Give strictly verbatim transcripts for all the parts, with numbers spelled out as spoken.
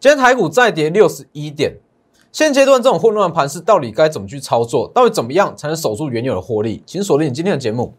今天台股再跌六十一点，现阶段这种混乱的盘势到底该怎么去操作？到底怎么样才能守住原有的获利？请锁定今天的节目。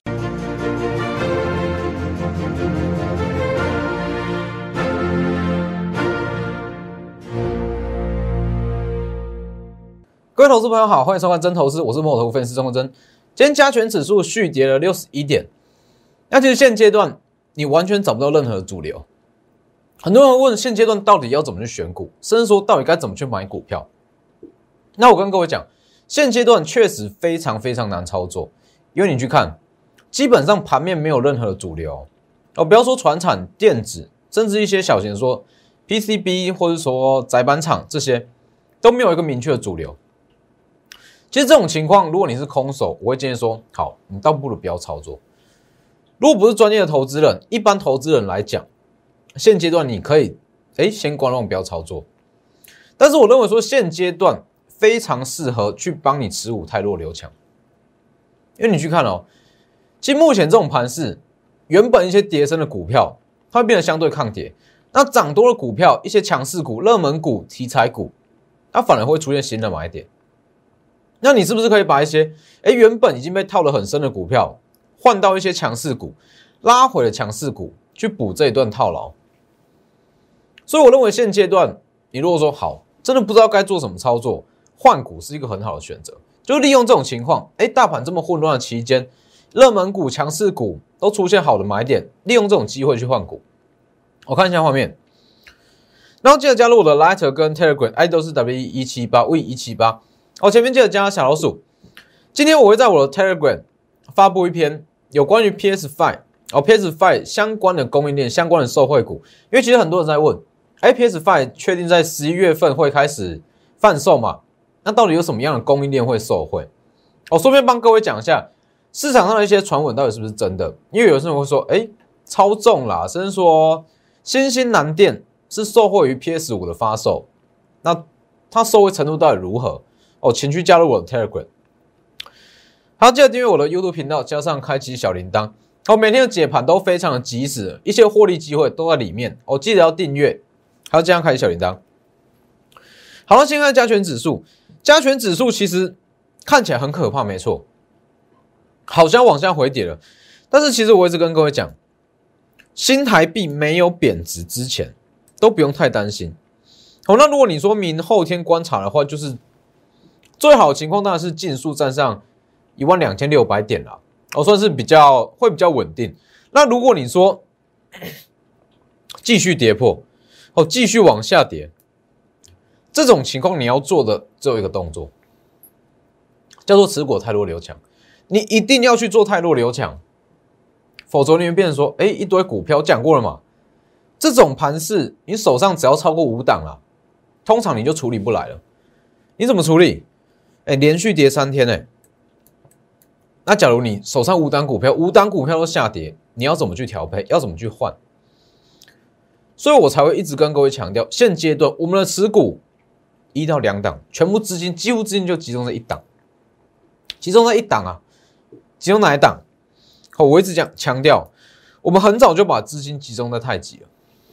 各位投资朋友好，欢迎收看真投资，我是摩尔投顾分析师钟国珍。今天加权指数续跌了六十一点，那其实现阶段你完全找不到任何的主流。很多人问现阶段到底要怎么去选股，甚至说到底该怎么去买股票。那我跟各位讲，现阶段确实非常非常难操作，因为你去看，基本上盘面没有任何的主流哦，不要说传产、电子，甚至一些小型说 P C B 或者说载板厂这些都没有一个明确的主流。其实这种情况，如果你是空手，我会建议说，好，你倒不如不要操作。如果不是专业的投资人，一般投资人来讲，现阶段你可以，哎，先观望，不要操作。但是我认为说，现阶段非常适合去帮你持股太弱留强，因为你去看哦，其实目前这种盘势，原本一些跌升的股票，它会变得相对抗跌。那涨多的股票，一些强势股、热门股、题材股，它反而会出现新的买点。那你是不是可以把一些哎原本已经被套得很深的股票，换到一些强势股，拉回了强势股，去补这一段套牢？所以我认为现阶段，你如果说好，真的不知道该做什么操作，换股是一个很好的选择。就利用这种情况，哎，大盘这么混乱的期间，热门股、强势股都出现好的买点，利用这种机会去换股。我看一下画面，然后记得加入我的 Lighter 跟 Telegram，I 都是 W 一七八 V 一七八。哦，前面记得加小老鼠。今天我会在我的 Telegram 发布一篇有关于 P S 五 哦 P S 五 相关的供应链、相关的受惠股，因为其实很多人在问，哎 P S 五 确定在十一月份会开始贩售嘛？那到底有什么样的供应链会受惠？我顺便帮各位讲一下市场上的一些传闻到底是不是真的？因为有些人会说，哎，超重啦，甚至说新兴南电是受惠于 P S 五 的发售，那它受惠程度到底如何？哦，请去加入我的 Telegram。好，记得订阅我的 YouTube 频道，加上开启小铃铛。哦，每天的解盘都非常的及时，一些获利机会都在里面。哦，记得要订阅，还要加上开启小铃铛。好了，先看加权指数，加权指数其实看起来很可怕，没错，好像往下回跌了。但是其实我一直跟各位讲，新台币没有贬值之前，都不用太担心。好，那如果你说明后天观察的话，就是最好的情况当然是尽数站上一万两千六百点啦，我算是比较会比较稳定。那如果你说继续跌破，哦，继续往下跌，这种情况你要做的只有一个动作，叫做持股太弱留强。你一定要去做太弱留强，否则你会变成说，哎，一堆股票讲过了嘛，这种盘势你手上只要超过五档啦，通常你就处理不来了。你怎么处理？哎，连续跌三天哎，那假如你手上五档股票，五档股票都下跌，你要怎么去调配？要怎么去换？所以我才会一直跟各位强调，现阶段我们的持股一到两档，全部资金几乎资金就集中在一档，集中在一档啊，集中哪一档？好，我一直讲强调，我们很早就把资金集中在太极了。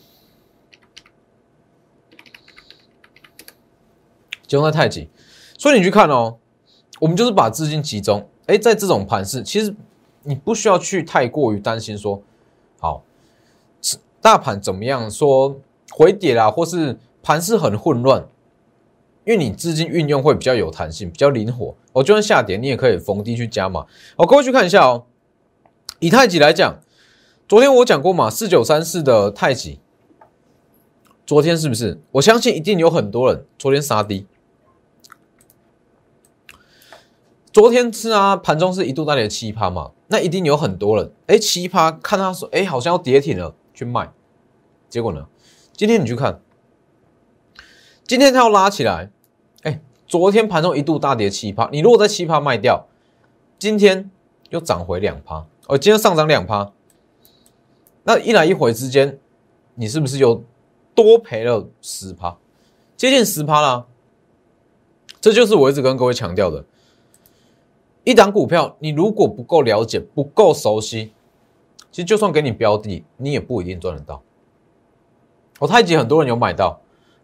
集中在太极，所以你去看哦，我们就是把资金集中。哎，在这种盘势，其实你不需要去太过于担心说，好，大盘怎么样说回跌啦，或是盘势很混乱，因为你资金运用会比较有弹性，比较灵活。哦，就算下跌，你也可以逢低去加码。哦，各位去看一下哦，以太极来讲，昨天我讲过嘛，四九三四的太极，昨天是不是？我相信一定有很多人昨天杀低。昨天是啊，盘中是一度大跌 百分之七 嘛，那一定有很多人，哎 百分之七 看他说，哎，好像要跌停了，去卖。结果呢，今天你去看，今天它要拉起来，哎，昨天盘中一度大跌 百分之七， 你如果在 百分之七 卖掉，今天又涨回 百分之二， 哦，今天上涨 百分之二， 那一来一回之间，你是不是又多赔了 百分之十， 接近 百分之十 啦？这就是我一直跟各位强调的。一档股票，你如果不够了解、不够熟悉，其实就算给你标的，你也不一定赚得到。哦，太极很多人有买到，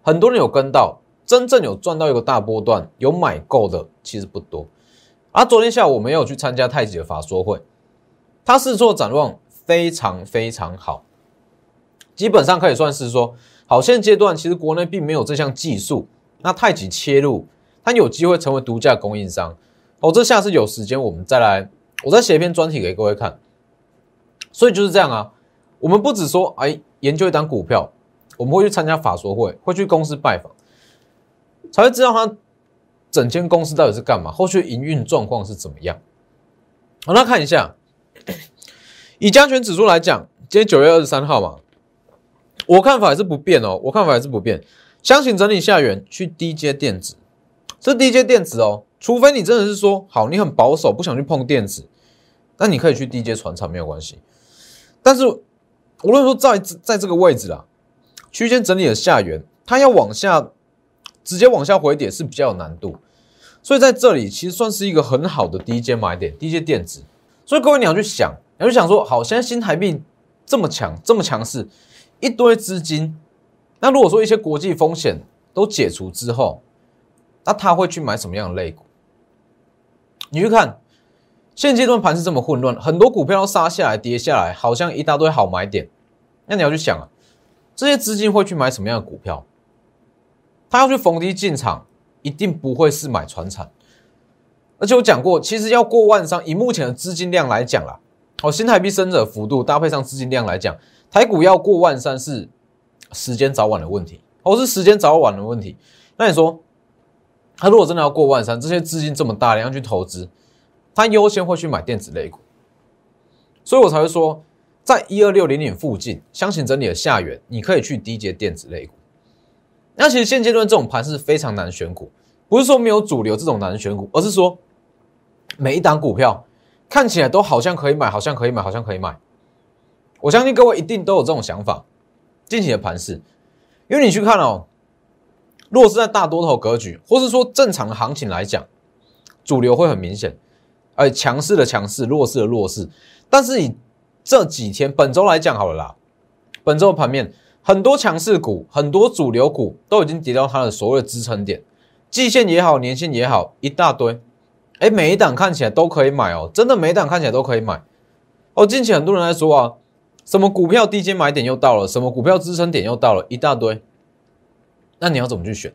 很多人有跟到，真正有赚到一个大波段，有买够的其实不多。而、啊、昨天下午我们也有去参加太极的法说会，他试错展望非常非常好，基本上可以算是说，好，现阶段其实国内并没有这项技术，那太极切入，它有机会成为独家供应商。哦，这下次有时间我们再来，我再写一篇专题给各位看。所以就是这样啊，我们不只说哎研究一档股票，我们会去参加法说会，会去公司拜访，才会知道它整间公司到底是干嘛，后续营运状况是怎么样。好，那看一下，以加权指数来讲，今天九月二十三号嘛，我看法还是不变哦，我看法还是不变，箱型整理下缘去低阶电子，这低阶电子哦，除非你真的是说好，你很保守，不想去碰电子，那你可以去低阶传产没有关系。但是无论说在在这个位置啦，区间整理的下缘，它要往下直接往下回跌是比较有难度，所以在这里其实算是一个很好的低阶买点，低阶电子。所以各位你要去想，你要去想说，好，现在新台币这么强，这么强势，一堆资金，那如果说一些国际风险都解除之后，那他会去买什么样的类股？你去看。现阶段盘是这么混乱，很多股票要杀下来、跌下来，好像一大堆好买点。那你要去想啊，这些资金会去买什么样的股票？他要去逢低进场，一定不会是买传产。而且我讲过，其实要过万张，以目前的资金量来讲啦，哦，新台币升值幅度搭配上资金量来讲，台股要过万三是时间早晚的问题，哦，是时间早晚的问题。那你说，他如果真的要过万三，这些资金这么大量去投资？他优先会去买电子类股，所以我才会说，在一二六零零附近，箱型整理的下缘，你可以去低阶电子类股。那其实现阶段这种盘是非常难选股，不是说没有主流这种难选股，而是说每一档股票看起来都好像可以买，好像可以买，好像可以买。我相信各位一定都有这种想法。近期的盘势，因为你去看哦，如果是在大多头格局，或是说正常的行情来讲，主流会很明显。哎，强势的强势，弱势的弱势。但是以这几天本周来讲好了啦，本周的盘面很多强势股，很多主流股都已经跌到它的所谓的支撑点，季线也好，年线也好，一大堆。哎，每一档看起来都可以买哦，真的每一档看起来都可以买。哦，近期很多人在说啊，什么股票低阶买点又到了，什么股票支撑点又到了，一大堆。那你要怎么去选？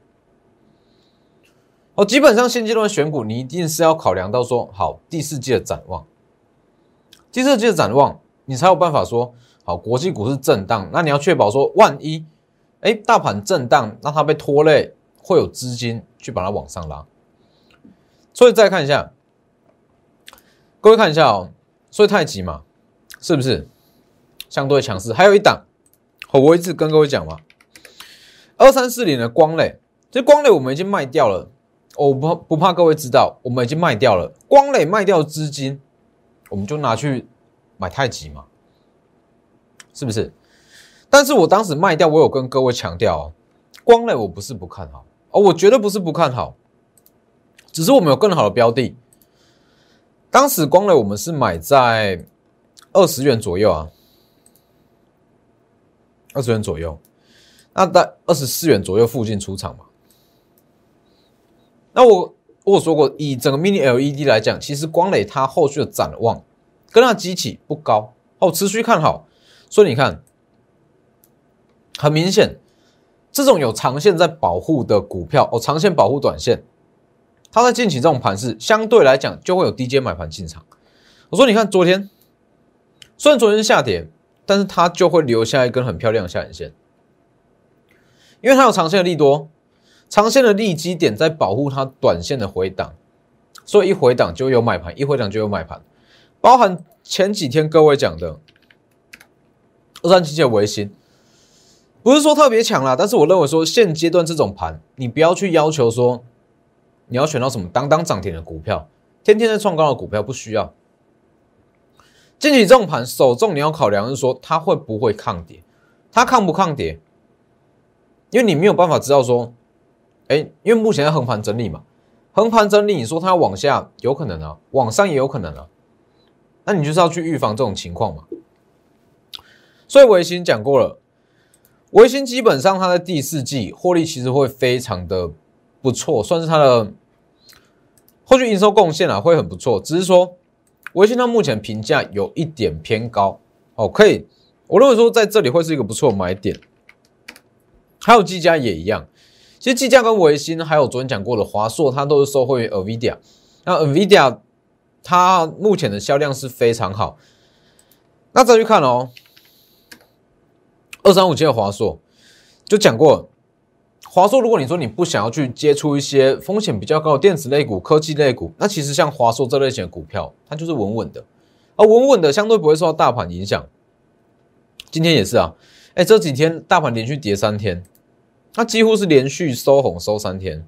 哦，基本上现阶段选股，你一定是要考量到说，好，第四季的展望，第四季的展望，你才有办法说，好，国际股市震荡，那你要确保说，万一，哎，大盘震荡，那它被拖累，会有资金去把它往上拉。所以再看一下，各位看一下哦，所以太极嘛，是不是相对强势？还有一档，我一直跟各位讲嘛，二三四零的光磊，其实光磊我们已经卖掉了。我不不怕各位知道，我们已经卖掉了光磊，卖掉的资金，我们就拿去买太极嘛，是不是？但是我当时卖掉，我有跟各位强调哦，光磊我不是不看好哦，我绝对不是不看好，只是我们有更好的标的。当时光磊我们是买在二十元左右啊，二十元左右，那在二十四元左右附近出场嘛。那我我有说过，以整个 mini L E D 来讲，其实光磊它后续的展望跟它的基期不高，哦，持续看好，所以你看，很明显，这种有长线在保护的股票，哦，长线保护短线，它在近期这种盘势相对来讲就会有低阶买盘进场。我说你看昨天，虽然昨天是下跌，但是它就会留下一根很漂亮的下影线，因为它有长线的利多。长线的利基点在保护它短线的回档，所以一回档就有买盘，一回档就有买盘。包含前几天各位讲的二三七七的微星，不是说特别强啦，但是我认为说现阶段这种盘，你不要去要求说你要选到什么当当涨停的股票，天天在创高的股票，不需要。近期这种盘，首重你要考量是说它会不会抗跌，它抗不抗跌，因为你没有办法知道说。哎，因为目前在横盘整理嘛，横盘整理，你说它要往下有可能啊，往上也有可能啊，那你就是要去预防这种情况嘛。所以我已经讲过了， 微星基本上它在第四季获利其实会非常的不错，算是它的后续营收贡献啊会很不错，只是说微星它目前评价有一点偏高哦，可以，我认为说在这里会是一个不错的买点。还有技嘉也一样，其实技嘉跟微星还有昨天讲过的华硕，它都是受惠于 NVIDIA， 那 NVIDIA 它目前的销量是非常好。那再去看哦，二三五七的华硕就讲过了，华硕如果你说你不想要去接触一些风险比较高的电子类股、科技类股，那其实像华硕这类型的股票，它就是稳稳的，而稳稳的相对不会受到大盘影响。今天也是啊，哎，这几天大盘连续跌三天。它几乎是连续收红收三天，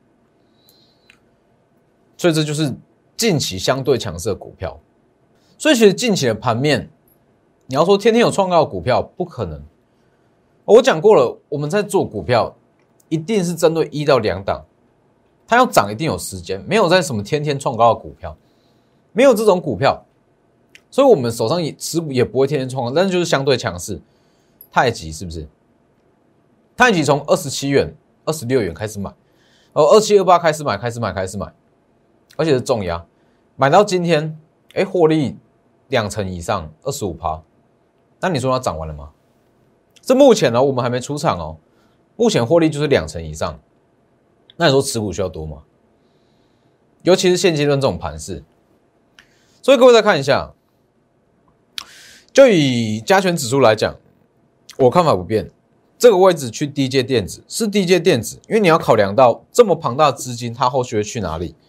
所以这就是近期相对强势的股票。所以其实近期的盘面，你要说天天有创高的股票，不可能。我讲过了，我们在做股票，一定是针对一到两档，它要涨一定有时间，没有在什么天天创高的股票，没有这种股票，所以我们手上也持股也不会天天创高，但是就是相对强势。太极是不是？太极从二十七元、二十六元开始买，哦，二七二八开始买，开始买，开始买，而且是重压，买到今天，哎，获利两成以上， 百分之二十五。那你说它涨完了吗？这目前呢，我们还没出场哦，目前获利就是两成以上。那你说持股需要多吗？尤其是现阶段这种盘势，所以各位再看一下，就以加权指数来讲，我看法不变。这个位置去低阶电子是低阶电子，因为你要考量到这么庞大的资金，它后续会去哪里？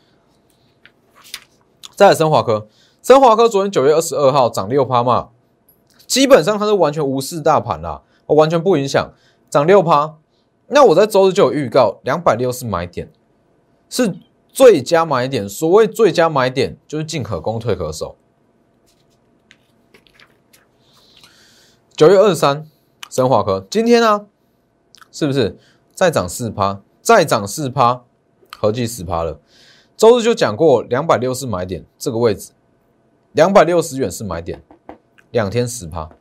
再来生华科，生华科昨天九月二十二号涨 百分之六 嘛，基本上它是完全无视大盘啦，完全不影响，涨 百分之六。那我在周日就有预告，两百六是买点，是最佳买点。所谓最佳买点，就是进可攻，退可守。九月二十三。生华科今天啊，是不是再涨 百分之四， 再涨 百分之四， 合计 百分之十 了。周日就讲过两百六是买点，这个位置两百六十元是买点，两天 百分之十，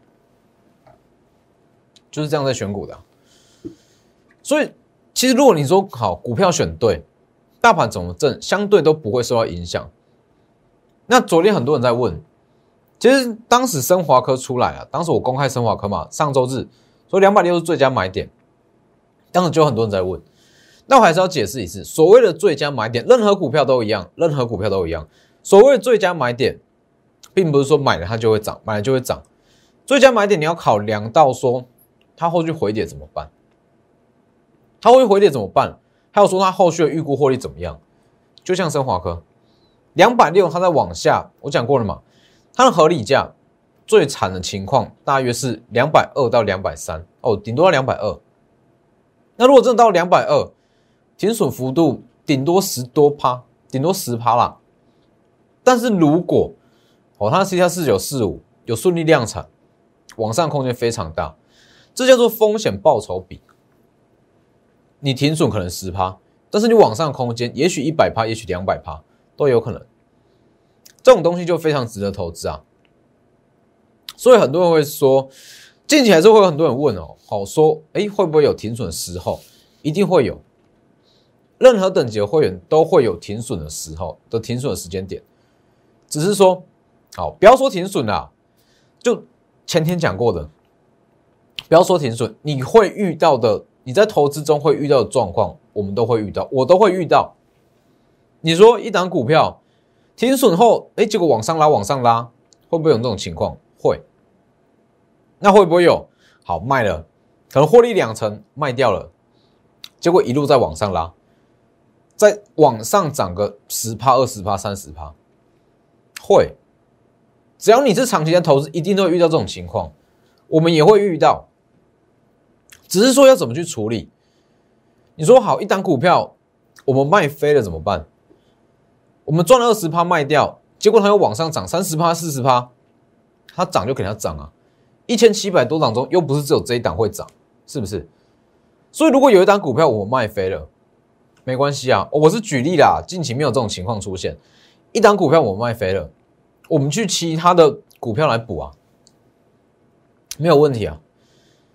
就是这样在选股的啊。所以其实如果你说好股票选对，大盘怎么震相对都不会受到影响。那昨天很多人在问，其实当时生华科出来了，当时我公开生华科嘛，上周日说两百六是最佳买点，当时就有很多人在问。那我还是要解释一次，所谓的最佳买点，任何股票都一样，任何股票都一样。所谓的最佳买点，并不是说买了它就会涨，买了就会涨。最佳买点你要考量到说，它后续回跌怎么办？它后续回跌怎么办？还有说它后续的预估获利怎么样？就像生华科两百六，它在往下，我讲过了嘛，它的合理价。最惨的情况大约是两百二到两百三哦，顶多到两百二。那如果真的到两百二，停损幅度顶多十多趴，顶多 百分之十 啦。但是如果哦，它的 C T 四九四五有顺利量产，往上空间非常大，这叫做风险报酬比。你停损可能 百分之十， 但是你往上空间也许 百分之一百， 也许 百分之两百 都有可能。这种东西就非常值得投资啊。所以很多人会说，近期还是会有很多人问哦，好说，哎，会不会有停损的时候？一定会有，任何等级的会员都会有停损的时候的停损的时间点，只是说，好，不要说停损啦，就前天讲过的，不要说停损，你会遇到的，你在投资中会遇到的状况，我们都会遇到，我都会遇到。你说一档股票停损后，哎，结果往上拉，往上拉，会不会有这种情况？会。那会不会有？好，卖了，可能获利两成，卖掉了，结果一路在往上拉，再往上涨个 百分之十、二十、三十，会。只要你是长期在投资，一定都会遇到这种情况，我们也会遇到，只是说要怎么去处理。你说好，一档股票我们卖飞了怎么办？我们赚了 百分之二十 卖掉，结果它又往上涨 三十、四十， 它涨就给它涨啊。一千七百多档中，又不是只有这一档会涨，是不是？所以如果有一档股票我卖飞了，没关系啊，我是举例啦，近期没有这种情况出现。一档股票我卖飞了，我们去其他的股票来补啊，没有问题啊。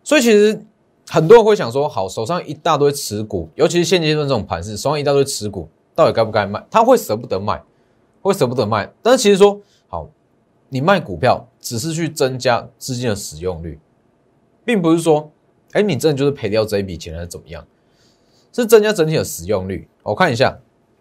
所以其实很多人会想说，好，手上一大堆持股，尤其是现阶段这种盘势，手上一大堆持股，到底该不该卖？他会舍不得卖，会舍不得卖。但是其实说，好，你卖股票只是去增加资金的使用率，并不是说，哎，你真的就是赔掉这一笔钱还是怎么样？是增加整体的使用率。我看一下，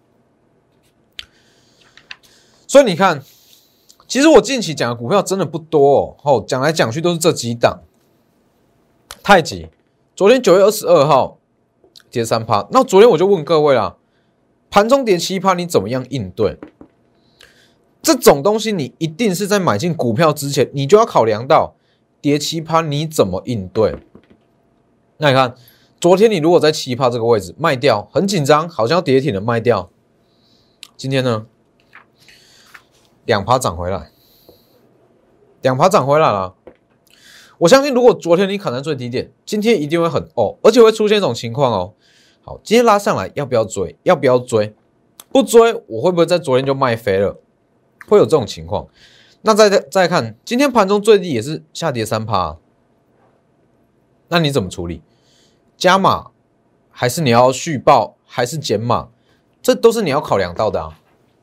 所以你看，其实我近期讲的股票真的不多哦，哦，讲来讲去都是这几档。太极，昨天九月二十二号跌 百分之三， 那昨天我就问各位啦，盘中跌 百分之七 你怎么样应对？这种东西你一定是在买进股票之前，你就要考量到跌 百分之七 你怎么应对。那你看，昨天你如果在 百分之七 这个位置卖掉，很紧张，好像要跌停的卖掉。今天呢 百分之二 涨回来 百分之二 涨回来了。我相信如果昨天你砍在最低点，今天一定会很哦，而且会出现一种情况哦。好，今天拉上来要不要追？要不要追？不追，我会不会在昨天就卖飞了？会有这种情况。那再再看，今天盘中最低也是下跌 百分之三， 那你怎么处理？加码还是你要续报还是减码？这都是你要考量到的啊。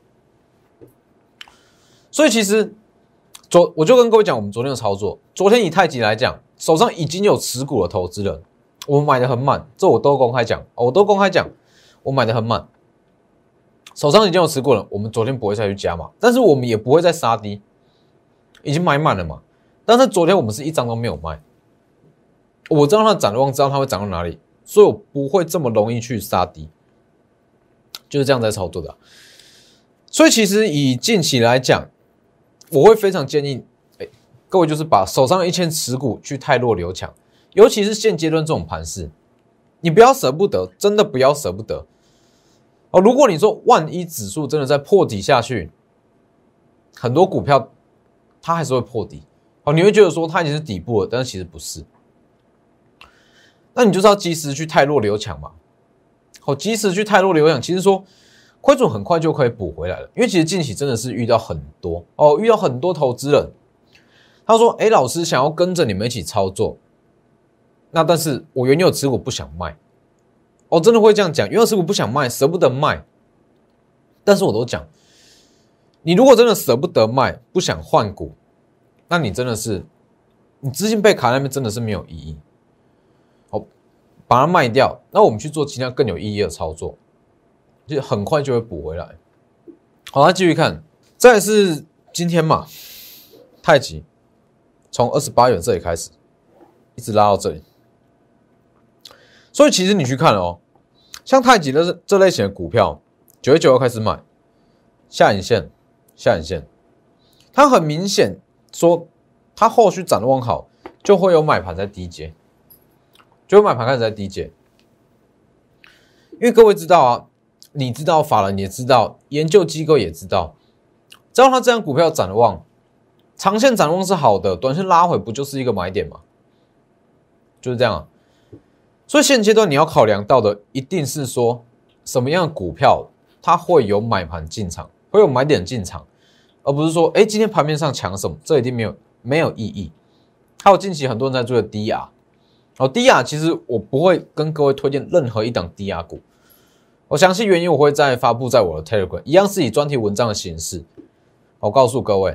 所以其实昨我就跟各位讲我们昨天的操作，昨天以太极来讲，手上已经有持股的投资人，我们买的很满，这我都公开讲，我都公开讲，我买的很满，手上已经有持股了，我们昨天不会再去加码，但是我们也不会再杀低，已经买满了嘛。但是昨天我们是一张都没有卖，我知道它的展望，知道它会涨到哪里，所以我不会这么容易去杀低，就是这样在操作的啊。所以其实以近期来讲，我会非常建议，哎，各位就是把手上的一千持股去汰弱留强，尤其是现阶段这种盘势，你不要舍不得，真的不要舍不得。哦，如果你说万一指数真的在破底下去，很多股票它还是会破底，哦，你会觉得说它已经是底部了，但是其实不是。那你就是要及时去汰弱留强嘛，好，及时去汰弱留强，其实说亏损很快就可以补回来了，因为其实近期真的是遇到很多哦，遇到很多投资人，他说：“哎，老师想要跟着你们一起操作，那但是我原有持股不想卖，哦，真的会这样讲，原有持股不想卖，舍不得卖。但是我都讲，你如果真的舍不得卖，不想换股，那你真的是你资金被卡那边真的是没有意义。好，把它卖掉，那我们去做其他更有意义的操作。”就很快就会补回来。好，那继续看，再来是今天嘛，太极从二十八元这里开始，一直拉到这里，所以其实你去看哦，像太极的这类型的股票，九月九号开始买，下影线，下影线，它很明显说，它后续展望好，就会有买盘在低阶，就会买盘开始在低阶，因为各位知道啊。你知道，法人也知道，研究机构也知道，只要他这样股票展望，长线展望是好的，短线拉回不就是一个买点吗？就是这样啊。所以现阶段你要考量到的，一定是说什么样的股票它会有买盘进场，会有买点进场，而不是说，哎，今天盘面上强什么，这一定没有没有意义。还有近期很多人在做的低压，哦，低压其实我不会跟各位推荐任何一档低压股。我详细原因我会再发布在我的 Telegram， 一样是以专题文章的形式。我告诉各位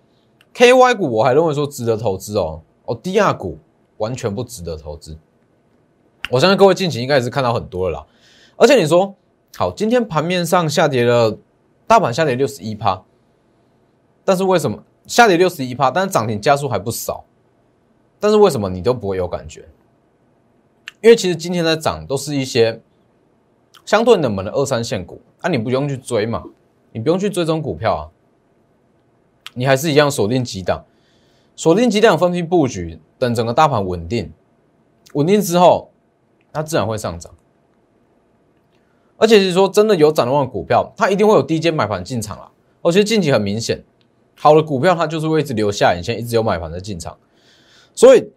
，K Y 股我还认为说值得投资哦，哦，低压股完全不值得投资。我相信各位近期应该也是看到很多了啦。而且你说，好，今天盘面上下跌了，大盘下跌 百分之六十一， 但是为什么下跌 百分之六十一， 但是涨停家数还不少？但是为什么你都不会有感觉？因为其实今天在涨都是一些相对冷门的二三线股啊，你不用去追嘛，你不用去追踪股票啊，你还是一样锁定几档，锁定几档分批布局，等整个大盘稳定，稳定之后，它自然会上涨。而且是说真的有展望的股票，它一定会有低阶买盘进场啦。而且近期很明显，好的股票它就是会一直留下影线，一直有买盘在进场，所以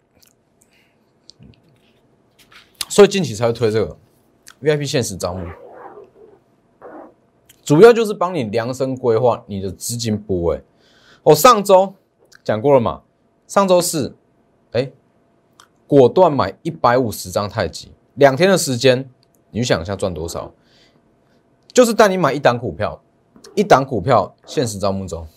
所以近期才会推这个。V I P 限时招募，主要就是帮你量身规划你的资金部位。我上周讲过了嘛，上周四，哎， 果断买一百五十张太极，两天的时间，你去想一下赚多少？就是带你买一档股票，一档股票限时招募中。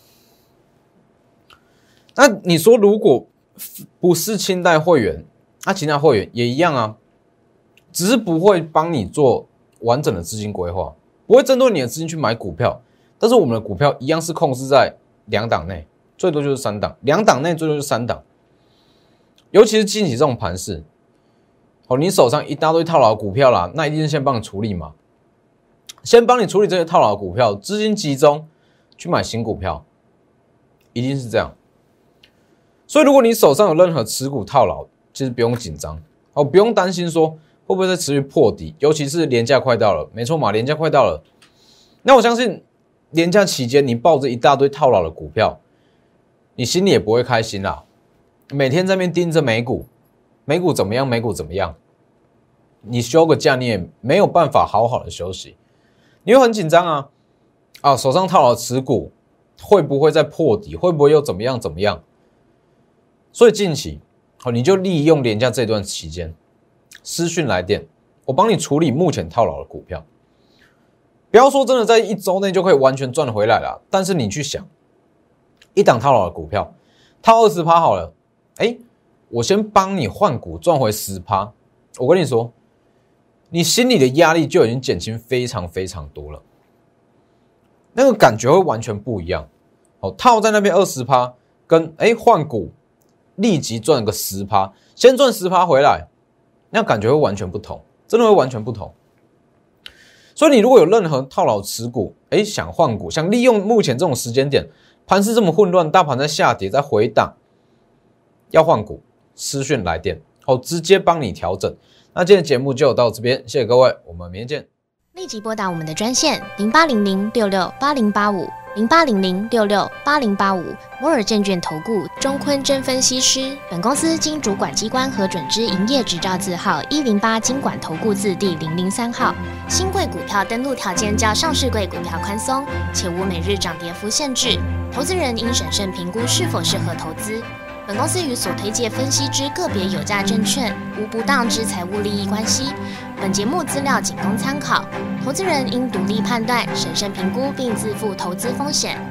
那你说如果不是清代会员，那、啊、其他会员也一样啊，只是不会帮你做完整的资金规划，不会针对你的资金去买股票，但是我们的股票一样是控制在两档内，最多就是三档，两档内最多就是三档。尤其是近期这种盘势，哦，你手上一大堆套牢股票啦，那一定是先帮你处理嘛，先帮你处理这些套牢股票，资金集中去买新股票，一定是这样。所以如果你手上有任何持股套牢，其实不用紧张，哦，不用担心说会不会再持续破底，尤其是连假快到了，没错嘛，连假快到了，那我相信连假期间你抱着一大堆套牢的股票，你心里也不会开心啦。每天在那边盯着美股，美股怎么样？美股怎么样？你休个假，你也没有办法好好的休息，你会很紧张啊！啊，手上套牢持股会不会再破底？会不会又怎么样？怎么样？所以近期，好，你就利用连假这段期间，私讯来电，我帮你处理目前套牢的股票。不要说真的在一周内就可以完全赚回来了，但是你去想，一档套牢的股票，套 百分之二十 好了。哎，我先帮你换股赚回 百分之十， 我跟你说，你心里的压力就已经减轻非常非常多了，那个感觉会完全不一样。好，套在那边 百分之二十， 跟哎换股立即赚个 百分之十， 先赚 百分之十 回来，那感觉会完全不同，真的会完全不同。所以你如果有任何套牢持股，哎，想换股，想利用目前这种时间点，盘势这么混乱，大盘在下跌，在回档，要换股，私讯来电，好，直接帮你调整。那今天的节目就到这边，谢谢各位，我们明天见。 立即拨打我们的专线零八零零六六八零八五零八零零六六八零八五摩尔证券投顾钟坤真分析师。本公司经主管机关核准之营业执照字号一零八金管投顾字第零零三号。新贵股票登录条件较上市贵股票宽松，且无每日涨跌幅限制。投资人应审慎评估是否适合投资。本公司与所推介分析之个别有价证券无不当之财务利益关系。本节目资料仅供参考，投资人应独立判断、审慎评估并自负投资风险。